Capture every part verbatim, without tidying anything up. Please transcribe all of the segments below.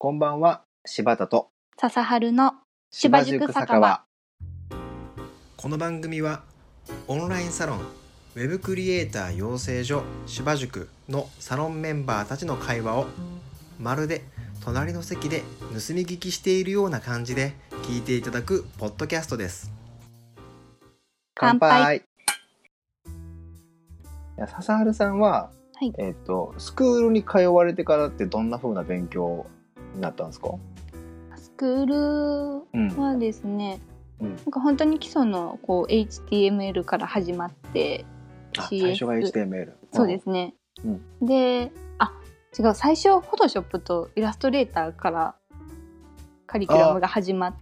こんばんは、柴田と笹春の芝塾酒場。 この番組はオンラインサロンウェブクリエイター養成所芝塾のサロンメンバーたちの会話をまるで隣の席で盗み聞きしているような感じで聞いていただくポッドキャストです。乾杯。いや、笹春さんは、 はい、 えーと、スクールに通われてからってどんな風な勉強になったんですか？ スクールはですね、うん、なんか本当に基礎のこう エイチティーエムエル から始まって、 あ、シーエス、最初が エイチティーエムエル。 そうですね、うん、で、あ、違う、最初フォトショップとイラストレーターからカリキュラムが始まって、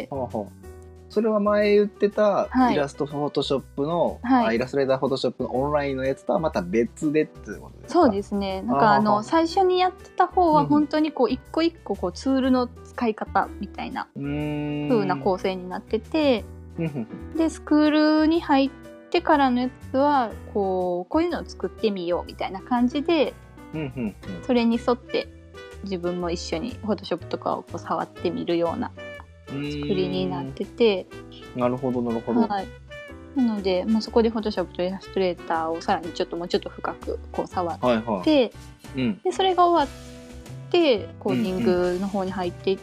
ほうほう、それは前言ってたイラストフォトショップの、はい、イラストレーターフォトショップのオンラインのやつとはまた別でっていうことですか？ そうですね、なんかあの最初にやってた方は本当にこう一個一個こうツールの使い方みたいな風な構成になってて、でスクールに入ってからのやつはこうこういうのを作ってみようみたいな感じで、それに沿って自分も一緒にフォトショップとかをこう触ってみるような作りになってて。 なるほどなるほど、 はい、なので、まあ、そこでフォトショップとイラストレーターをさらにちょっともうちょっと深くこう触って、はいはい、うん、でそれが終わってコーディングの方に入っていって、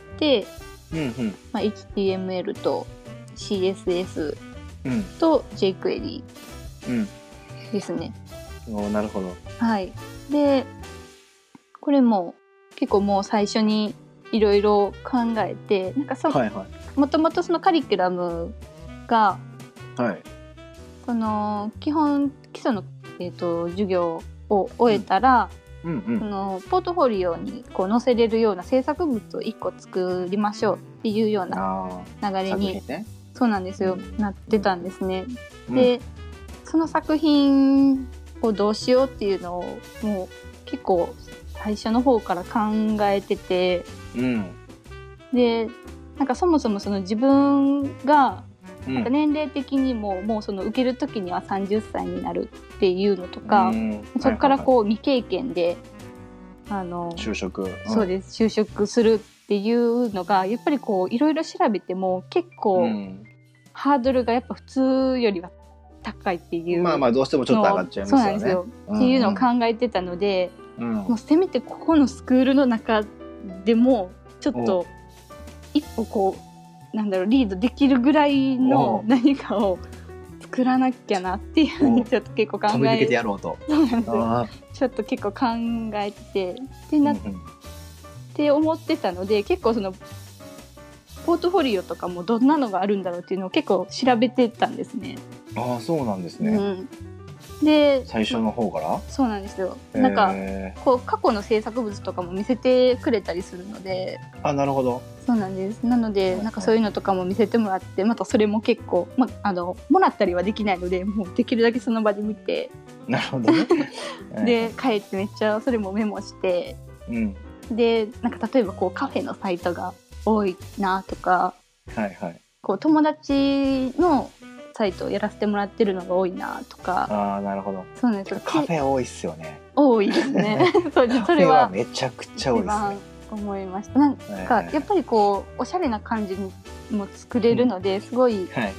うんうん、まあ、エイチティーエムエル と シーエスエス と jQuery ですね、 うん、お、なるほど、 はい、でこれも結構もう最初にいろいろ考えて、なんかそ、はいはい、もともとそのカリキュラムが、はい、その基本基礎の、えーと、授業を終えたら、うんうんうん、そのポートフォリオにこう載せれるような制作物をいっこ作りましょうっていうような流れに、ね、そうなんですよ、うん、なってたんですね、うん、でその作品をどうしようっていうのをもう結構最初の方から考えてて、うん、でなんかそもそもその自分がなんか年齢的にも、もうその受ける時にはさんじゅっさいになるっていうのとか、うん、そこからこう未経験で、あの就職、うん、 そうです、就職するっていうのがやっぱりこういろいろ調べても結構、うん、ハードルがやっぱ普通よりは高いっていう、 まあまあどうしてもちょっと上がっちゃいますよね。 そうなんですよ、うんうん、っていうのを考えてたので、うん、もうせめてここのスクールの中でもちょっと一歩こうなんだろうリードできるぐらいの何かを作らなきゃなっていうふうにちょっと結構考え飛び抜けてやろうと。 そうなんですよ。ちょっと結構考えててってなって思ってたので、結構そのポートフォリオとかもどんなのがあるんだろうっていうのを結構調べてたんですね。 ああ、そうなんですね、うん、 で最初の方から？ そうなんですよ。なんかこう過去の制作物とかも見せてくれたりするので。 あ、なるほど。 そうなんです。なのでなんかそういうのとかも見せてもらって、またそれも結構、ま、あのもらったりはできないので、もうできるだけその場で見て、 なるほどねで帰ってめっちゃそれもメモして、うん、でなんか例えばこうカフェのサイトが多いなとか、はいはい、こう友達のサイトをやらせてもらってるのが多いなとか。 ああ、なるほど。 そうなんですよ。 カフェ多いっすよね。 多いですねそうでそれはめちゃくちゃ多いですね。 思いました。なんかやっぱりこうおしゃれな感じにも作れるので、うん、すごい、はい、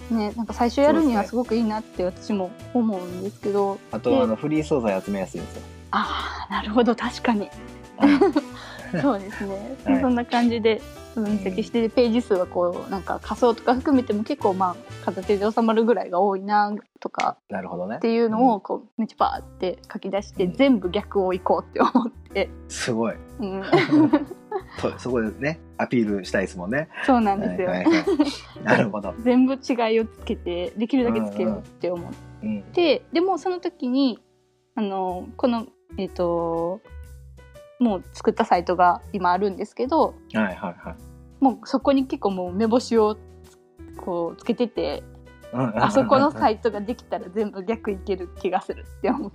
ね、なんか最初やるにはすごくいいなって私も思うんですけど、 あとあのフリー素材集めやすいんですよ。 ああ、なるほど、確かにそうですね、はい、そんな感じで分析して、うん、ページ数はこうなんか仮想とか含めても結構まあ片手で収まるぐらいが多いなとか、 なるほどね、 っていうのをこうめっちゃバーって書き出して、うん、全部逆をいこうって思って、 すごい、うん、そこでねアピールしたいですもんね。 そうなんですよ、はいはいはい、 なるほど全部違いをつけてできるだけつけようって思って、うんうん、でもその時にあのこのえっともう作ったサイトが今あるんですけど、はいはいはい、もうそこに結構もう目星をこうつけてて、あそこのサイトができたら全部逆いける気がするって思って。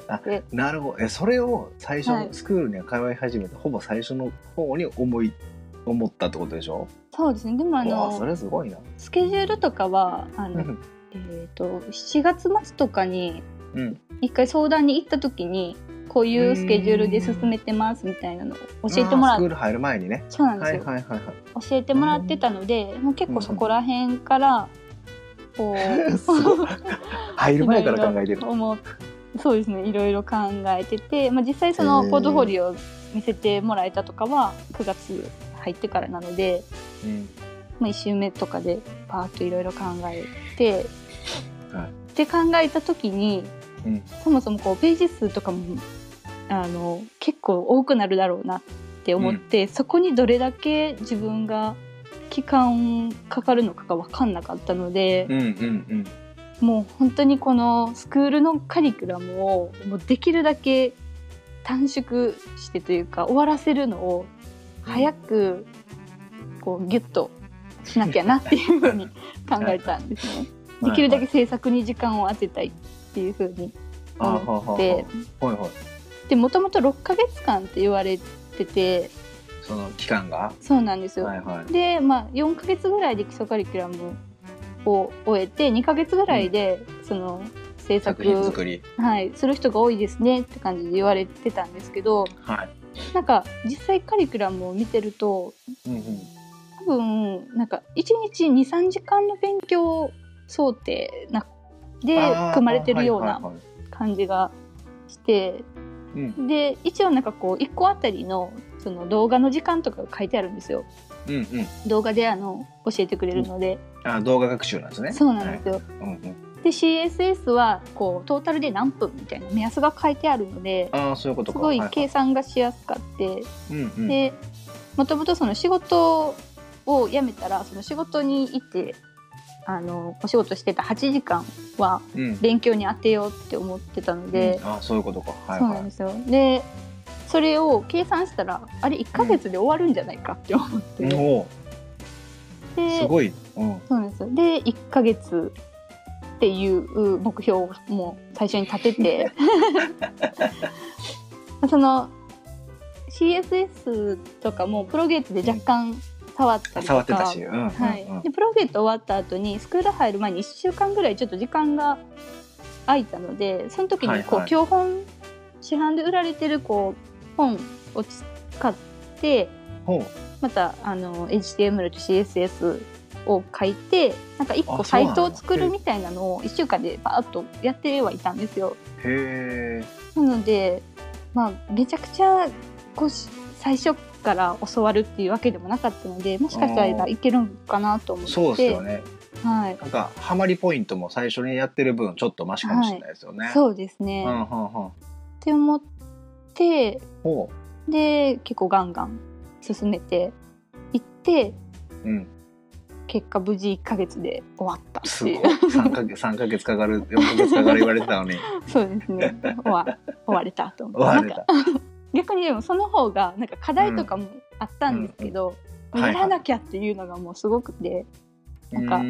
なるほど。え、それを最初のスクールに通い始めて、はい、ほぼ最初の方に思い思ったってことでしょ？ そうですね。でもあのそれすごいな。 スケジュールとかはあのえっとしちがつ末とかに一回相談に行った時にこういうスケジュールで進めてますみたいなのを教えてもらって、 スクール入る前にね。 そうなんですよ、 はいはいはいはい、 教えてもらってたので、もう結構そこら辺からこうすごい入る前から考えてる。 いろいろ思うそうですね、いろいろ考えてて、まあ、実際そのポートフォリオを見せてもらえたとかはくがつ入ってからなので、うん、まあ、いっ週目とかでパーッといろいろ考えて、はい、って考えた時に、うん、そもそもこうページ数とかもあの結構多くなるだろうなって思って、うん、そこにどれだけ自分が期間かかるのかが分かんなかったので、うんうんうん、もう本当にこのスクールのカリキュラムをもうできるだけ短縮してというか終わらせるのを早くこうギュッとしなきゃなっていうふうに考えたんですね。できるだけ制作に時間を当てたいっていうふうに思って、でもともとろっかげつかんって言われてて、 その期間がそうなんですよ、はいはい、で、まあ、よんかげつぐらいで基礎カリキュラムを終えてにかげつぐらいでその制作、 作品作り、 はい、する人が多いですねって感じで言われてたんですけど、はい、なんか実際カリキュラムを見てると、うんうん、多分なんかいちにちにさんじかんの勉強想定なで組まれてるような感じがして、はいはいはい、で一応なんかこういっこあたりのその動画の時間とかが書いてあるんですよ、うんうん、動画であの教えてくれるので、 うん、あ動画学習なんですね。 そうなんですよ、はい、うんうん、で シーエスエス はこうトータルで何分みたいな目安が書いてあるので、 あそういうことか、 すごい計算がしやすかって、はいはい、でもともとその仕事を辞めたらその仕事に行ってあのお仕事してたはちじかんは勉強に当てようって思ってたので、 うんうん、あそういうことか、はいはい、 そうなんですよ。でそれを計算したらあれいっかげつで終わるんじゃないかって思って、うん、 ですごい、 うん、そうなんですよ。でいっかげつっていう目標をもう最初に立ててその シーエスエス とかもプロゲートで若干触ったりとか、 触ってたし、うんうんうん、 はい、でプロゲート終わった後にスクール入る前にいっしゅうかんぐらいちょっと時間が空いたので、その時にこう、はいはい、教本市販で売られてるこう本を使ってまたあの エイチティーエムエル と シーエスエス を書いてなんかいっこサイトを作るみたいなのをいっしゅうかんでバーッとやってはいたんですよ。 へー。なので、まあ、めちゃくちゃこう最初から教わるっていうわけでもなかったので、もしかしたらいけるのかなと思って。 そうですよね、 はい、 なんかハマりポイントも最初にやってる分ちょっとマシかもしれないですよね、 はい、そうですね、うんうんうん、って思ってで結構ガンガン進めていって、うん、結果無事いっかげつで終わったっていう。 すごい 3, ヶ月さんかげつかかるよんかげつかかる言われてたのにそうですね、終わ終われたと思って終われた逆にでもその方がなんか課題とかもあったんですけど、うんうん、やらなきゃっていうのがもうすごくて、はいはい、なんか、うん、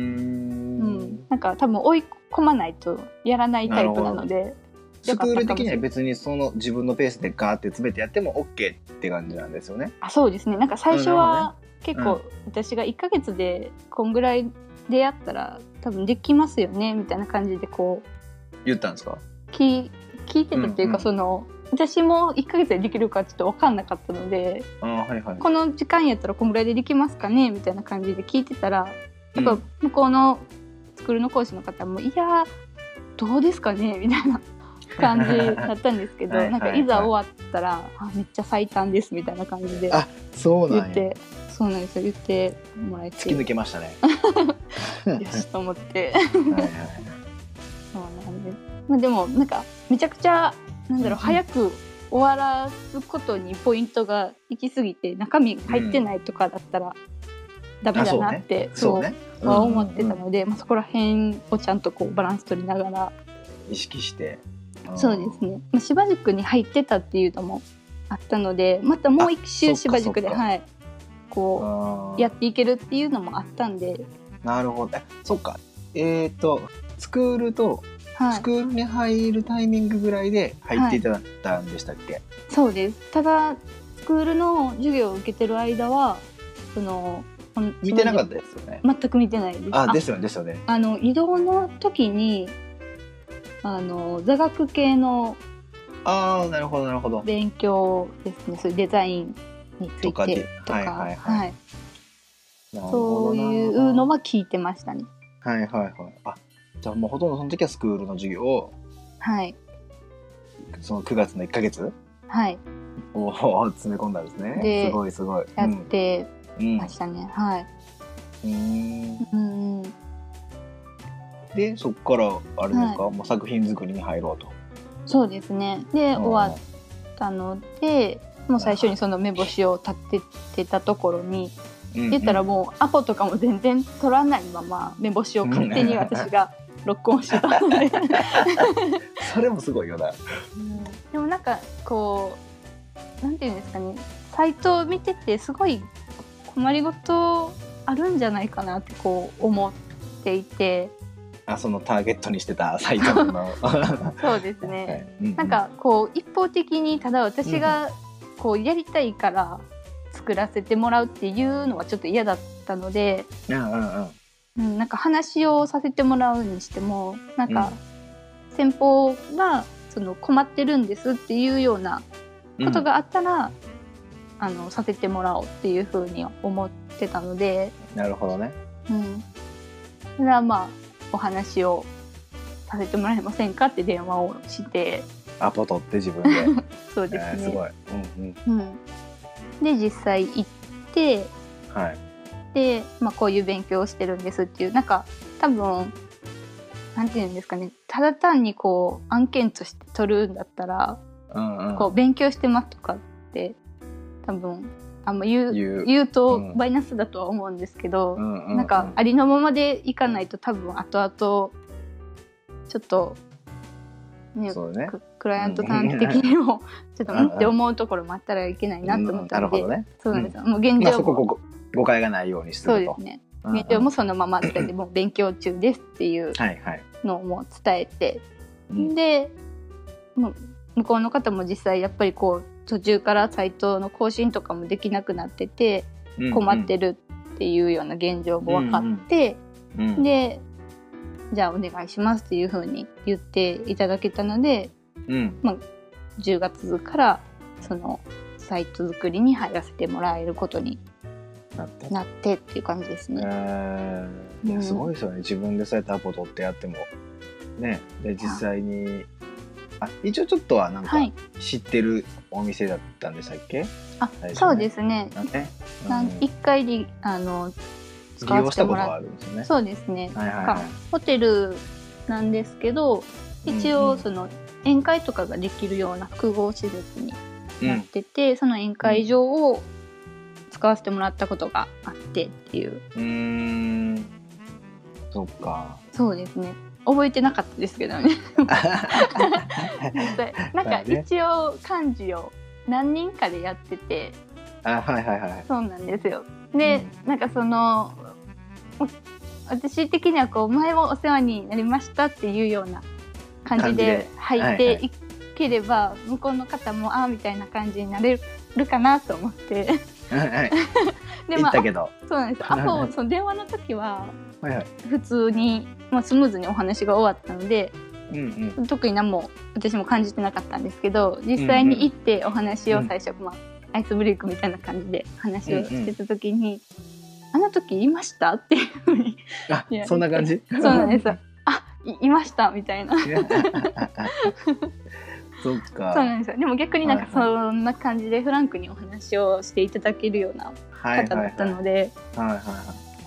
なんか多分追い込まないとやらないタイプなので、 スクール的には別にその自分のペースでガーって詰めてやっても OK って感じなんですよね。 あ、そうですね。なんか最初は結構私がいっかげつでこんぐらいでやったら多分できますよねみたいな感じでこう言ったんですか？ 聞, 聞いてたっていうか、うんうん、その私もいっかげつでできるかちょっと分かんなかったので、あ、はいはい、この時間やったらこんぐらいでできますかねみたいな感じで聞いてたら、やっぱ向こうのスクールの講師の方もいやどうですかねみたいな感じだったんですけどはいはい、なんかいざ終わったらあめっちゃ最短ですみたいな感じであそうなんや言ってそうなんですよ言ってもらえて突き抜けましたねよしと思ってはい、はい、そうなんです、まあ、でもなんかめちゃくちゃなんだろう、うん、早く終わらすことにポイントが行き過ぎて中身入ってないとかだったらダメだなって、うん、そうね、そうね、思ってたので、うんうんまあ、そこら辺をちゃんとこうバランス取りながら意識してそうですね、まあ、芝塾に入ってたっていうのもあったのでまたもう一周芝塾で、はい、こうやっていけるっていうのもあったんで。 なるほど、そっか、えーとスクールと、はい、スクールに入るタイミングぐらいで入っていただいたんでしたっけ？はい、 そうです。ただスクールの授業を受けてる間はその見てなかったですよね。 全く見てないです。 あ、ですよねですよね。 あの移動の時にあの座学系のああ、なるほどなるほど。 勉強ですね。そういうデザインについてとか、とかはいはいはい、はい、そういうのは聞いてましたね。 はいはいはい。あ、じゃあもうほとんどその時はスクールの授業を、はい。そのくがつのいっかげつ、はい。おお、詰め込んだんですね。ですごいすごい。 やってましたね。うん、はい。うーん。うん。で、そこからあれですか、はい、もう作品作りに入ろうと。 そうですね。で、終わったので、もう最初にその目星を立ててたところに、うんうん、言ったらもうアポとかも全然取らないまま目星を勝手に私が録音してたのでそれもすごいよな、 うん、でもなんかこうなんていうんですかね、サイトを見ててすごい困りごとあるんじゃないかなってこう思っていて、 あ、そのターゲットにしてたサイトのそうですね、はい、うんうん、なんかこう一方的にただ私がこうやりたいから作らせてもらうっていうのはちょっと嫌だったので、うんうんうん、なんか話をさせてもらうにしてもなんか先方がその困ってるんですっていうようなことがあったら、うん、あのさせてもらおうっていうふうに思ってたので。 なるほどね、 うん、それはまあお話をさせてもらえませんかって電話をしてアポ取って自分でそうですね、えー、 すごい、うんうんうん、 で実際行って、はい、で、まあ、こういう勉強をしてるんですっていう、なんか多分なんていうんですかね、ただ単にこう案件として取るんだったら、うんうん、こう勉強してますとかって多分あんま 言, う言うとバイナスだとは思うんですけど、うんうんうん、なんかありのままでいかないと多分後々ちょっとね、ね、クライアントさん的にもちょっと待って思うところもあったらいけないなと思ったので、うん、なるほどね、そうなんですよ、うん、もう現状も、まあ、そこ誤解がないようにすると。 そうですね、現状もそのまま伝えてもう勉強中ですっていうのをもう伝えて、はいはい、でもう向こうの方も実際やっぱりこう途中からサイトの更新とかもできなくなってて困ってるっていうような現状も分かって、うんうん、でじゃあお願いしますっていう風に言っていただけたので、うんまあ、じゅうがつからそのサイト作りに入らせてもらえることになって、なってっていう感じですね。 えー、いやすごいですよね、うん、自分でそうやってアポ取ってやってもね。で実際にあ一応ちょっとはなんか知ってるお店だったんでしたっけ？ はい、あそうですね、いっかいであの使わせてもらって、ね、そうですね、はいはいはい、ホテルなんですけど一応その宴会とかができるような複合施設になってて、うん、その宴会場を使わせてもらったことがあってっていう。 うーん、そっか。 そうですね、覚えてなかったですけどねなんか一応幹事を何人かでやってて、 あ、はいはいはい、 そうなんですよ。で、うん、なんかその私的にはこう前もお世話になりましたっていうような感じで入っていければ、はいはい、向こうの方もああみたいな感じになれるかなと思ってはい、はい、でも、まあ、言ったけどそうなんです。アポその電話の時は普通に、まあ、スムーズにお話が終わったので、うんうん、特に何も私も感じてなかったんですけど、実際に行ってお話を最初、うんうん、まあ、アイスブレイクみたいな感じで話をしてた時に、うんうん、あの時言いましたっていうふうにあそんな感じ？ そうなんです。あいましたみたいなそっか。 そうなんですよ。でも逆になんかそんな感じでフランクにお話をしていただけるような方だったので、はいはいはい、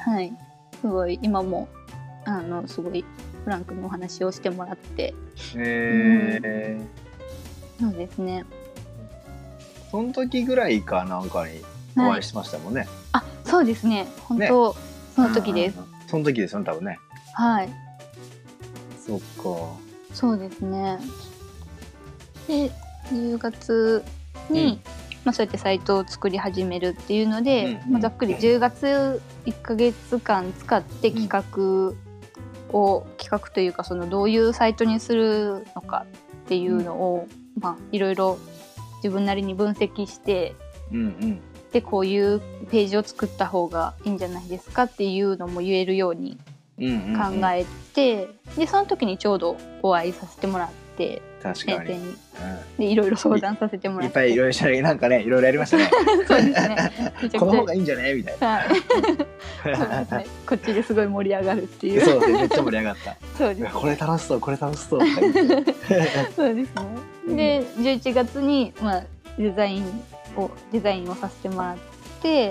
はい、すごい今もあのすごいフランクにお話をしてもらって、えーうん、そうですね。 その時ぐらいかなんかにお会いしましたもんね。はい、 あ、そうですね。本当、ね、その時です。 その時ですよね、多分ね。 はい。 そっか。 そうですね。でじゅうがつに、うん、まあ、そうやってサイトを作り始めるっていうので、うん、まあ、ざっくりじゅうがついっかげつかん使って企画を、うん、企画というかそのどういうサイトにするのかっていうのを、うん、まあ、いろいろ自分なりに分析して、うんうん、でこういうページを作った方がいいんじゃないですかっていうのも言えるように考えて、うんうんうん、でその時にちょうどお会いさせてもらって、 確かに、 閉店に、うん、でいろいろ相談させてもらって、 いっぱいいろいろなんかねいろいろやりましたねそうですねめちゃくちゃこの方がいいんじゃねみたいな、はいそうですね、こっちですごい盛り上がるっていうそうですねめっちゃ盛り上がったそうです、ね、 これ楽しそうこれ楽しそうそうですねでじゅういちがつに、まあ、デザインをデザインをさせてもらって、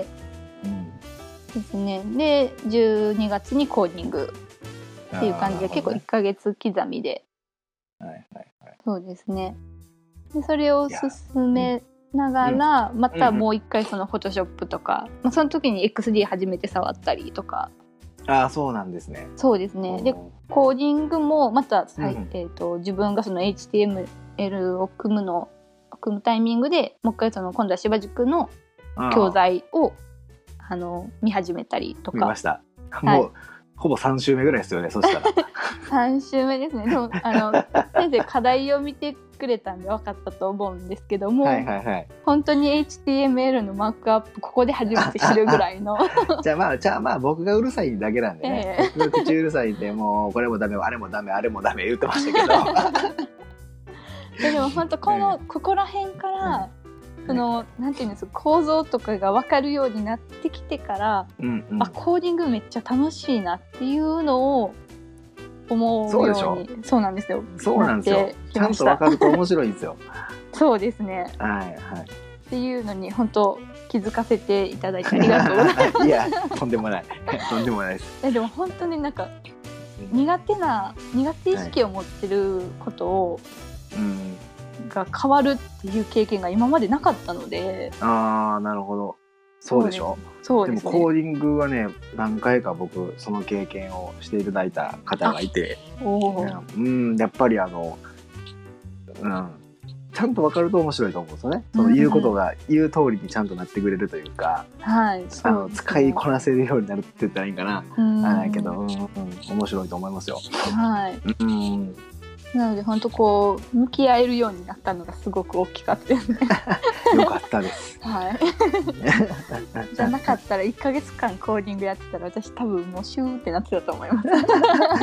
うんですね、でじゅうにがつにコーディングっていう感じで、結構いっかげつ刻みで、はいはいはい、そうですねでそれを進めながら、うん、またもう一回そのフォトショップとか、うんまあ、その時に エックスディー 初めて触ったりとか。 ああそうなんですね。 そうですねでコーディングもまた、うんえー、と自分がその エイチティーエムエル を組むの組むタイミングでもう一回その今度は芝塾の教材をあの見始めたりとか。 見ました。もう、はい、ほぼさん週目ぐらいですよね。そしたらさん週目ですね。でもあの先生課題を見てくれたんで分かったと思うんですけども、はいはいはい、本当に エイチティーエムエル のマークアップここで初めて知るぐらいのじゃあまあじゃあまあ僕がうるさいだけなんでね、えー、僕口うるさいんでもうこれもダメあれもダメあれもダメ言ってましたけどでも本当この、えー、ここら辺から、うん、そのなんていうんですか構造とかが分かるようになってきてから、うんうん、あコーディングめっちゃ楽しいなっていうのを思うように。そうでしょ。そうなんですよ。 そうなんですよ。ちゃんと分かると面白いんですよ。 そうですね。 はいはい。 っていうのに本当気づかせていただいてありがとうございます。 いやとんでもないとんでもないです。 えでも本当になんか苦手な苦手意識を持ってることを、はいうん、が変わるっていう経験が今までなかったので。 ああなるほど。そうでしょ。そうですね。でもコーディングはね何回か僕その経験をしていただいた方がいて、うんやっぱりあの、うん、ちゃんと分かると面白いと思うんですよね。その言うことが言う通りにちゃんとなってくれるというか、はい、あの使いこなせるようになるって言ったらいいんかな。あれだけど、うんうん、面白いと思いますよ。はい。うんなので本当こう向き合えるようになったのがすごく大きかったですね。 よかったです。 はい。じゃなかったらいっかげつかんコーディングやってたら私多分もうシューってなってたと思います。確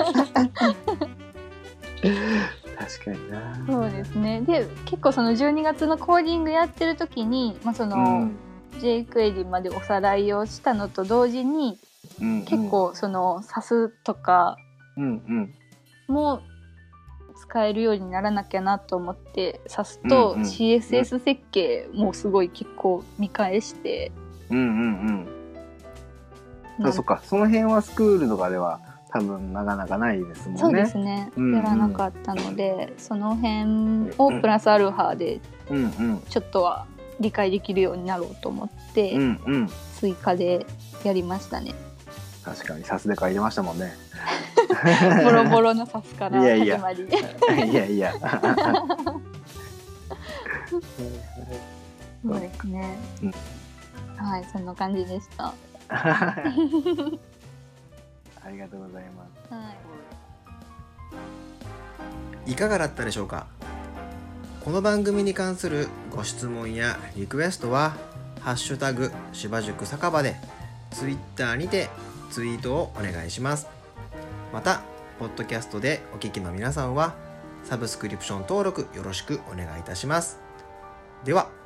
かにな。 そうですね。で結構そのじゅうにがつのコーディングやってる時に、まあその、うん、ジェイクエディまでおさらいをしたのと同時に、うんうん、結構そのサスとかも、うんうん使えるようにならなきゃなと思って指すと、うんうん、シーエスエス 設計もすごい結構見返して、うんうんうん、あそっかその辺はスクールとかでは多分なかなかないですもんね。 そうですね、うんうん、やらなかったのでその辺をプラスアルファでちょっとは理解できるようになろうと思って、うんうん、追加でやりましたね。 確かにサスで書いてましたもんね。 ボロボロのサスから始まり。 いやいや。 そうですね。うん、はい、そんな感じでした。 ありがとうございます。はい。いかがだったでしょうか。この番組に関するご質問やリクエストはハッシュタグ芝塾酒場でツイッターにてツイートをお願いします。またポッドキャストでお聞きの皆さんはサブスクリプション登録よろしくお願いいたします。では。